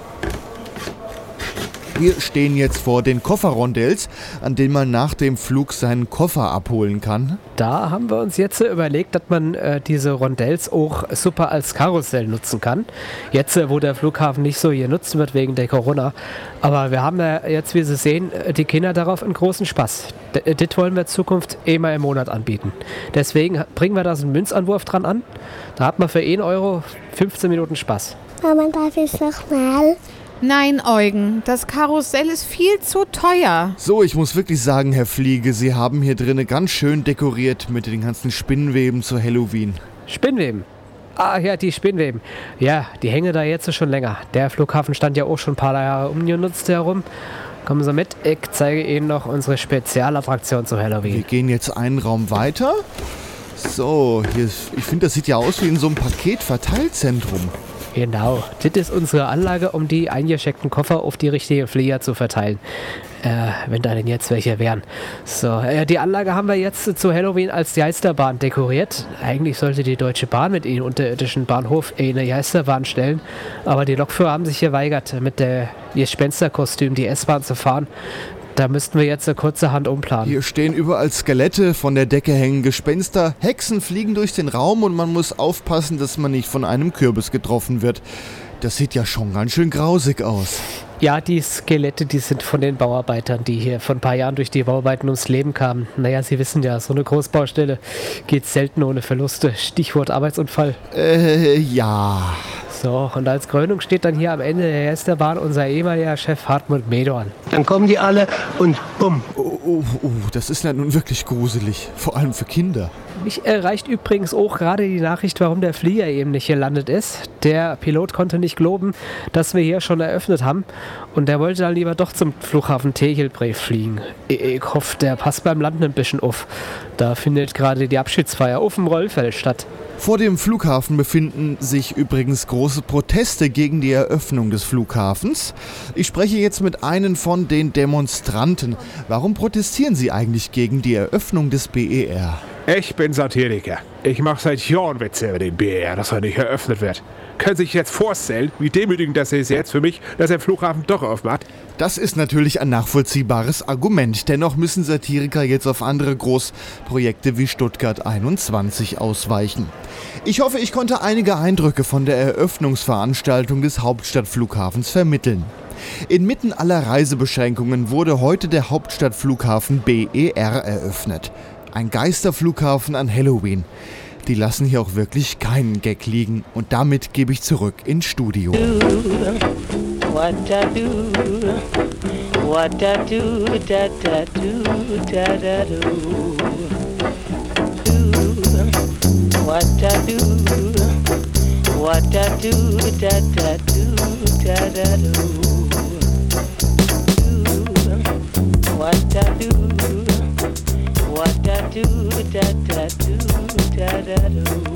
Speaker 1: Wir stehen jetzt vor den Kofferrondells, an denen man nach dem Flug seinen Koffer abholen kann.
Speaker 4: Da haben wir uns jetzt überlegt, dass man äh, diese Rondells auch super als Karussell nutzen kann. Jetzt, äh, wo der Flughafen nicht so genutzt wird wegen der Corona. Aber wir haben da jetzt, wie Sie sehen, die Kinder darauf einen großen Spaß. D- das wollen wir in Zukunft einmal im Monat anbieten. Deswegen bringen wir da so einen Münzanwurf dran an. Da hat man für einen Euro fünfzehn Minuten Spaß.
Speaker 8: Mama, darf ich noch mal?
Speaker 3: Nein, Eugen, das Karussell ist viel zu teuer.
Speaker 1: So, ich muss wirklich sagen, Herr Fliege, Sie haben hier drinnen ganz schön dekoriert mit den ganzen Spinnweben zu Halloween.
Speaker 4: Spinnweben? Ah ja, die Spinnweben. Ja, die hängen da jetzt schon länger. Der Flughafen stand ja auch schon ein paar Jahre ungenutzt herum. Kommen Sie mit, ich zeige Ihnen noch unsere Spezialattraktion zu Halloween.
Speaker 1: Wir gehen jetzt einen Raum weiter. So, hier ist, ich finde, das sieht ja aus wie in so einem Paketverteilzentrum.
Speaker 4: Genau, das ist unsere Anlage, um die eingescheckten Koffer auf die richtigen Flieger zu verteilen. Äh, wenn da denn jetzt welche wären. So, äh, die Anlage haben wir jetzt zu Halloween als Geisterbahn dekoriert. Eigentlich sollte die Deutsche Bahn mit ihrem unterirdischen Bahnhof eine Geisterbahn stellen, aber die Lokführer haben sich geweigert, mit der Gespensterkostüm die S-Bahn zu fahren. Da müssten wir jetzt eine kurze Hand umplanen.
Speaker 1: Hier stehen überall Skelette, von der Decke hängen Gespenster, Hexen fliegen durch den Raum und man muss aufpassen, dass man nicht von einem Kürbis getroffen wird. Das sieht ja schon ganz schön grausig aus.
Speaker 4: Ja, die Skelette, die sind von den Bauarbeitern, die hier vor ein paar Jahren durch die Bauarbeiten ums Leben kamen. Naja, Sie wissen ja, so eine Großbaustelle geht selten ohne Verluste. Stichwort Arbeitsunfall.
Speaker 1: Äh, ja...
Speaker 4: So, und als Krönung steht dann hier am Ende der erste Bahn unser ehemaliger Chef Hartmut Medorn.
Speaker 9: Dann kommen die alle und bumm.
Speaker 1: Oh, oh, oh, das ist ja nun wirklich gruselig. Vor allem für Kinder.
Speaker 4: Mich erreicht übrigens auch gerade die Nachricht, warum der Flieger eben nicht gelandet ist. Der Pilot konnte nicht glauben, dass wir hier schon eröffnet haben. Und der wollte dann lieber doch zum Flughafen Tegelbree fliegen. Ich, ich hoffe, der passt beim Landen ein bisschen auf. Da findet gerade die Abschiedsfeier auf dem Rollfeld statt.
Speaker 1: Vor dem Flughafen befinden sich übrigens große Proteste gegen die Eröffnung des Flughafens. Ich spreche jetzt mit einem von den Demonstranten. Warum protestieren Sie eigentlich gegen die Eröffnung des B E R?
Speaker 10: Ich bin Satiriker. Ich mache seit Jahren Witze über den B E R, dass er nicht eröffnet wird. Können Sie sich jetzt vorstellen, wie demütigend das ist jetzt für mich, dass der Flughafen doch aufmacht?
Speaker 1: Das ist natürlich ein nachvollziehbares Argument. Dennoch müssen Satiriker jetzt auf andere Großprojekte wie Stuttgart einundzwanzig ausweichen. Ich hoffe, ich konnte einige Eindrücke von der Eröffnungsveranstaltung des Hauptstadtflughafens vermitteln. Inmitten aller Reisebeschränkungen wurde heute der Hauptstadtflughafen B E R eröffnet. Ein Geisterflughafen an Halloween. Die lassen hier auch wirklich keinen Gag liegen. Und damit gebe ich zurück ins Studio.
Speaker 11: What I do, what I do, da da do, da da do. Do what I do, what I do, da da do, da da do. Do what I do, what I do, da da do, da da do.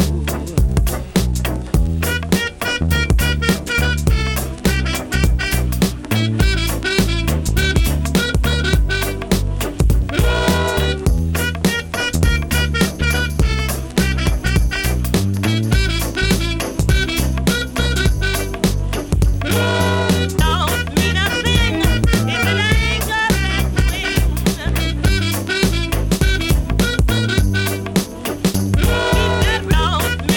Speaker 2: Don't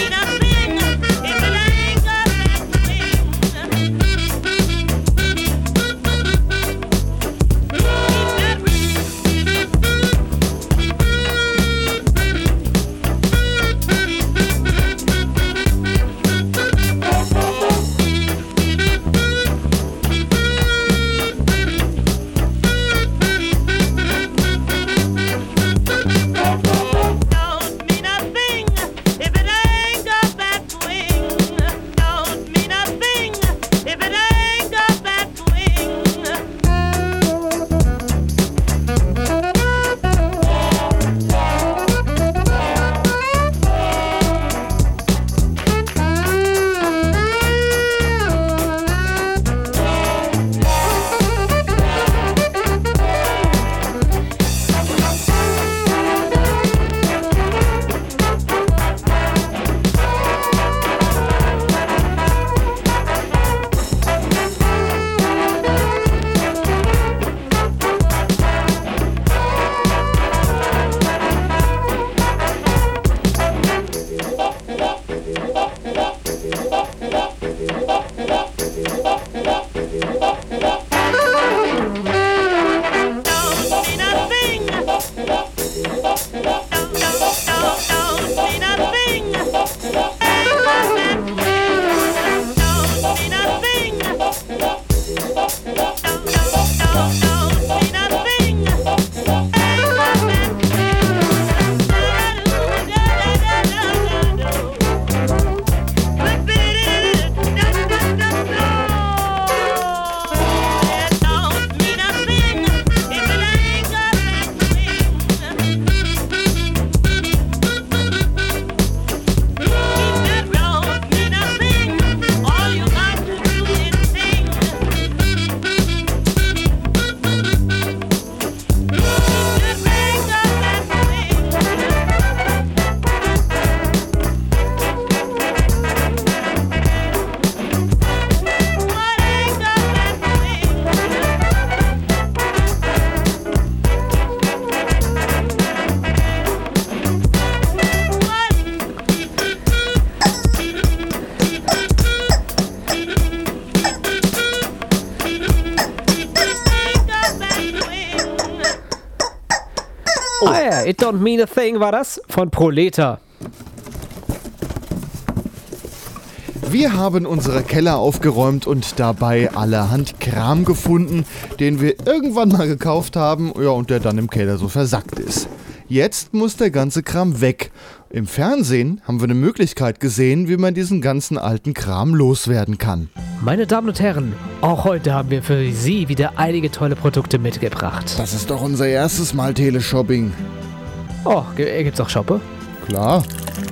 Speaker 4: Don't Mean a Thing war das von Proleta.
Speaker 1: Wir haben unsere Keller aufgeräumt und dabei allerhand Kram gefunden, den wir irgendwann mal gekauft haben, ja, und der dann im Keller so versackt ist. Jetzt muss der ganze Kram weg. Im Fernsehen haben wir eine Möglichkeit gesehen, wie man diesen ganzen alten Kram loswerden kann.
Speaker 4: Meine Damen und Herren, auch heute haben wir für Sie wieder einige tolle Produkte mitgebracht.
Speaker 1: Das ist doch unser erstes Mal Teleshopping.
Speaker 4: Oh, g- gibt's auch Shoppe?
Speaker 1: Klar.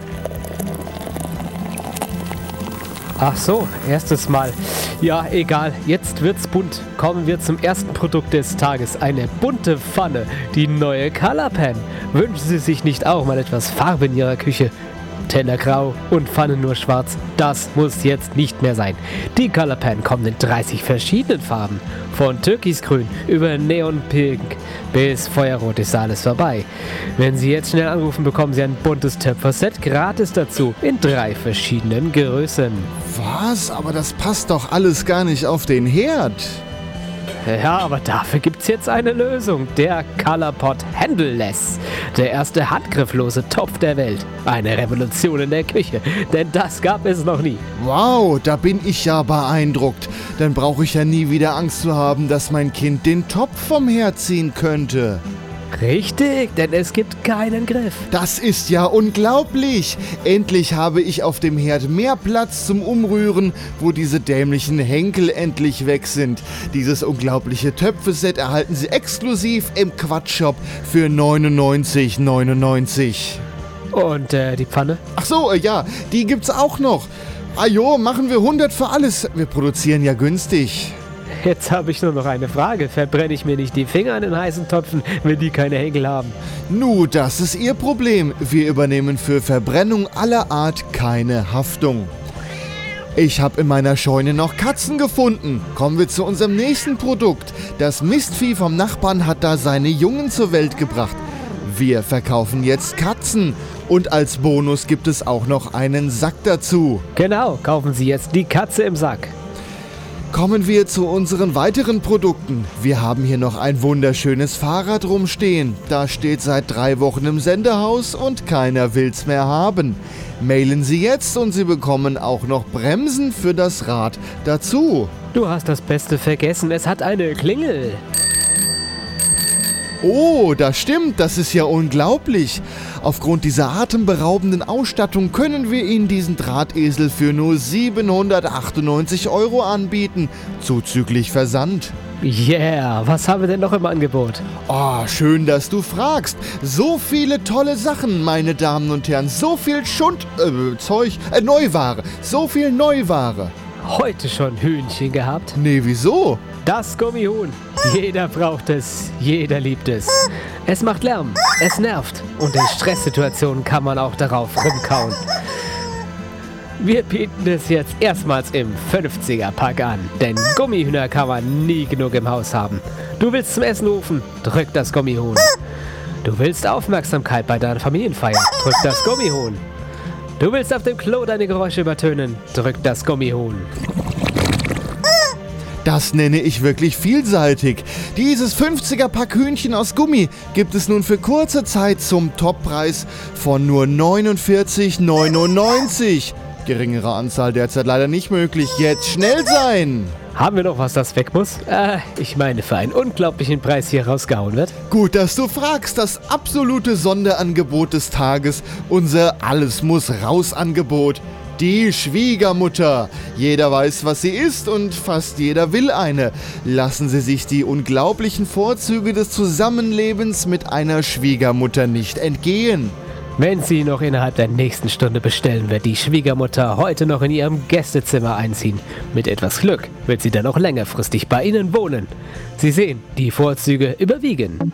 Speaker 4: Ach so, erstes Mal. Ja, egal, jetzt wird's bunt. Kommen wir zum ersten Produkt des Tages. Eine bunte Pfanne, die neue Color Pan. Wünschen Sie sich nicht auch mal etwas Farbe in Ihrer Küche? Teller grau und Pfanne nur schwarz, das muss jetzt nicht mehr sein. Die Color Pan kommt in dreißig verschiedenen Farben. Von Türkisgrün über Neonpink bis Feuerrot ist alles vorbei. Wenn Sie jetzt schnell anrufen, bekommen Sie ein buntes Töpferset gratis dazu in drei verschiedenen Größen.
Speaker 1: Was? Aber das passt doch alles gar nicht auf den Herd.
Speaker 4: Ja, aber dafür gibt's jetzt eine Lösung. Der Colorpot Handleless. Der erste handgrifflose Topf der Welt. Eine Revolution in der Küche, denn das gab es noch nie.
Speaker 1: Wow, da bin ich ja beeindruckt. Dann brauche ich ja nie wieder Angst zu haben, dass mein Kind den Topf vom Herd ziehen könnte.
Speaker 4: Richtig, denn es gibt keinen Griff.
Speaker 1: Das ist ja unglaublich. Endlich habe ich auf dem Herd mehr Platz zum Umrühren, wo diese dämlichen Henkel endlich weg sind. Dieses unglaubliche Töpfeset erhalten Sie exklusiv im Quatschshop für neunundneunzig neunundneunzig.
Speaker 4: Und äh, die Pfanne?
Speaker 1: Ach so, äh, ja, die gibt's auch noch. Ajo, machen wir hundert für alles. Wir produzieren ja günstig.
Speaker 4: Jetzt habe ich nur noch eine Frage. Verbrenne ich mir nicht die Finger an den heißen Töpfen, wenn die keine Henkel haben?
Speaker 1: Nu, das ist Ihr Problem. Wir übernehmen für Verbrennung aller Art keine Haftung. Ich habe in meiner Scheune noch Katzen gefunden. Kommen wir zu unserem nächsten Produkt. Das Mistvieh vom Nachbarn hat da seine Jungen zur Welt gebracht. Wir verkaufen jetzt Katzen. Und als Bonus gibt es auch noch einen Sack dazu.
Speaker 4: Genau, kaufen Sie jetzt die Katze im Sack.
Speaker 1: Kommen wir zu unseren weiteren Produkten. Wir haben hier noch ein wunderschönes Fahrrad rumstehen. Das steht seit drei Wochen im Sendehaus und keiner will's mehr haben. Mailen Sie jetzt und Sie bekommen auch noch Bremsen für das Rad dazu.
Speaker 4: Du hast das Beste vergessen, es hat eine Klingel.
Speaker 1: Oh, das stimmt, das ist ja unglaublich. Aufgrund dieser atemberaubenden Ausstattung können wir Ihnen diesen Drahtesel für nur siebenhundertachtundneunzig Euro anbieten, zuzüglich Versand.
Speaker 4: Yeah, was haben wir denn noch im Angebot?
Speaker 1: Oh, schön, dass du fragst. So viele tolle Sachen, meine Damen und Herren. So viel Schund... Äh, Zeug... Äh, Neuware. So viel Neuware.
Speaker 4: Heute schon Hühnchen gehabt?
Speaker 1: Nee, wieso?
Speaker 4: Das Gummihuhn. Jeder braucht es, jeder liebt es. Es macht Lärm, es nervt und in Stresssituationen kann man auch darauf rumkauen. Wir bieten es jetzt erstmals im fünfziger-Pack an, denn Gummihühner kann man nie genug im Haus haben. Du willst zum Essen rufen? Drück das Gummihuhn. Du willst Aufmerksamkeit bei deiner Familienfeier? Drück das Gummihuhn. Du willst auf dem Klo deine Geräusche übertönen? Drück das Gummihuhn.
Speaker 1: Das nenne ich wirklich vielseitig. Dieses fünfziger-Pack Hühnchen aus Gummi gibt es nun für kurze Zeit zum Toppreis von nur neunundvierzig neunundneunzig. Geringere Anzahl derzeit leider nicht möglich. Jetzt schnell sein!
Speaker 4: Haben wir noch was, das weg muss? Äh, ich meine, für einen unglaublichen Preis hier rausgehauen wird.
Speaker 1: Gut, dass du fragst. Das absolute Sonderangebot des Tages. Unser Alles-muss-raus-Angebot. Die Schwiegermutter. Jeder weiß, was sie ist und fast jeder will eine. Lassen Sie sich die unglaublichen Vorzüge des Zusammenlebens mit einer Schwiegermutter nicht entgehen.
Speaker 4: Wenn Sie noch innerhalb der nächsten Stunde bestellen, wird die Schwiegermutter heute noch in Ihrem Gästezimmer einziehen. Mit etwas Glück wird sie dann auch längerfristig bei Ihnen wohnen. Sie sehen, die Vorzüge überwiegen.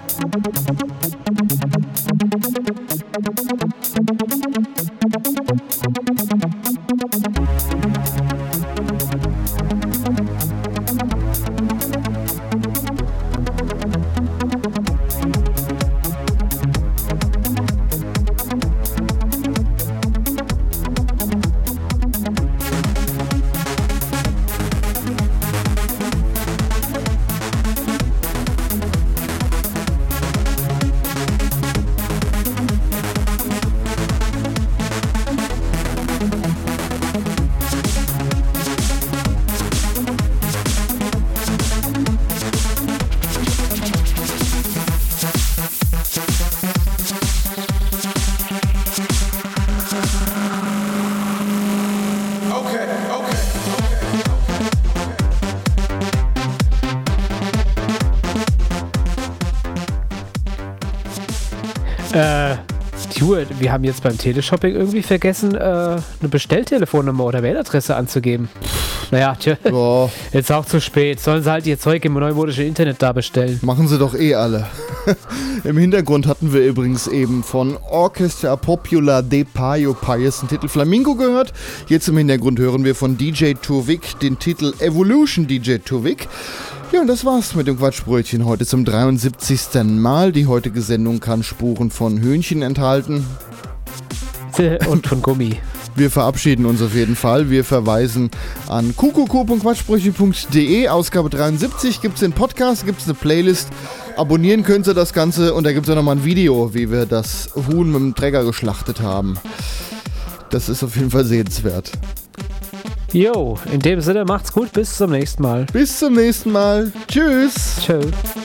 Speaker 4: Äh, Stuart, wir haben jetzt beim Teleshopping irgendwie vergessen, äh, eine Bestelltelefonnummer oder Mailadresse anzugeben. Naja, tja,
Speaker 1: Boah.
Speaker 4: Jetzt auch zu spät. Sollen sie halt ihr Zeug im neumodischen Internet da bestellen.
Speaker 1: Machen sie doch eh alle. Im Hintergrund hatten wir übrigens eben von Orchestra Popular de Payo Pius den Titel Flamingo gehört. Jetzt im Hintergrund hören wir von D J Turvik den Titel Evolution D J Turvik. Ja, und das war's mit dem Quatschbrötchen heute zum dreiundsiebzigsten Mal. Die heutige Sendung kann Spuren von Hühnchen enthalten.
Speaker 4: Und von Gummi.
Speaker 1: Wir verabschieden uns auf jeden Fall. Wir verweisen an kuckucku punkt quatschbrötchen punkt de. Ausgabe dreiundsiebzig gibt's den Podcast, gibt's eine Playlist. Abonnieren könnt ihr das Ganze und da gibt's auch nochmal ein Video, wie wir das Huhn mit dem Träger geschlachtet haben. Das ist auf jeden Fall sehenswert.
Speaker 4: Jo, in dem Sinne macht's gut, bis zum nächsten Mal.
Speaker 1: Bis zum nächsten Mal. Tschüss.
Speaker 4: Tschö.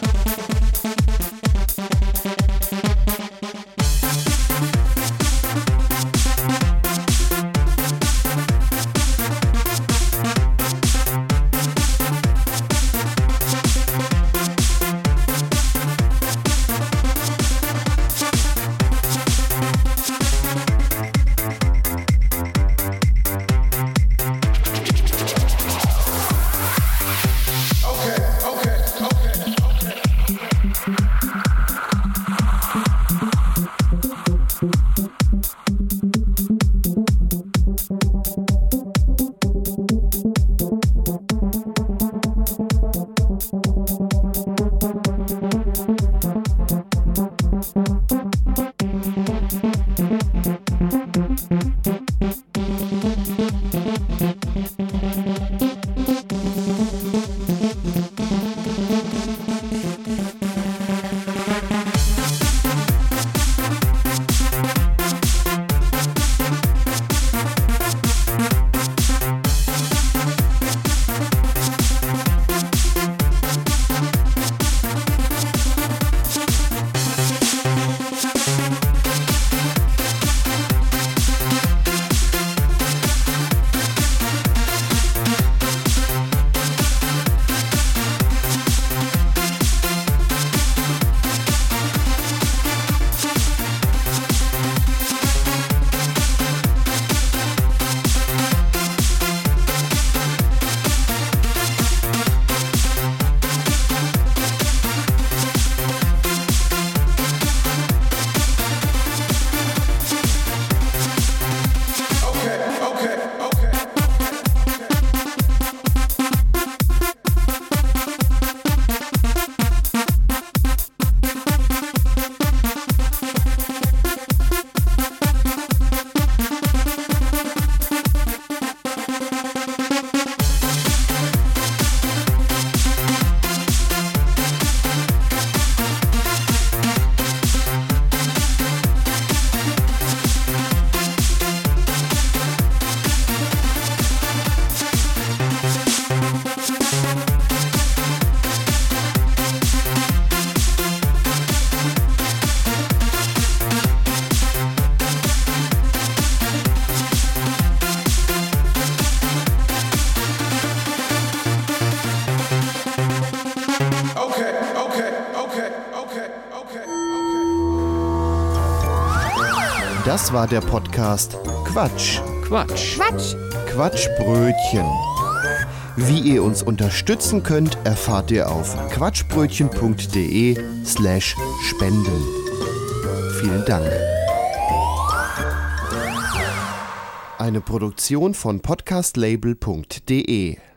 Speaker 1: Das war der Podcast Quatsch.
Speaker 5: Quatsch.
Speaker 3: Quatsch.
Speaker 1: Quatschbrötchen. Wie ihr uns unterstützen könnt, erfahrt ihr auf quatschbrötchen punkt de slash spenden. Vielen Dank. Eine Produktion von podcastlabel punkt de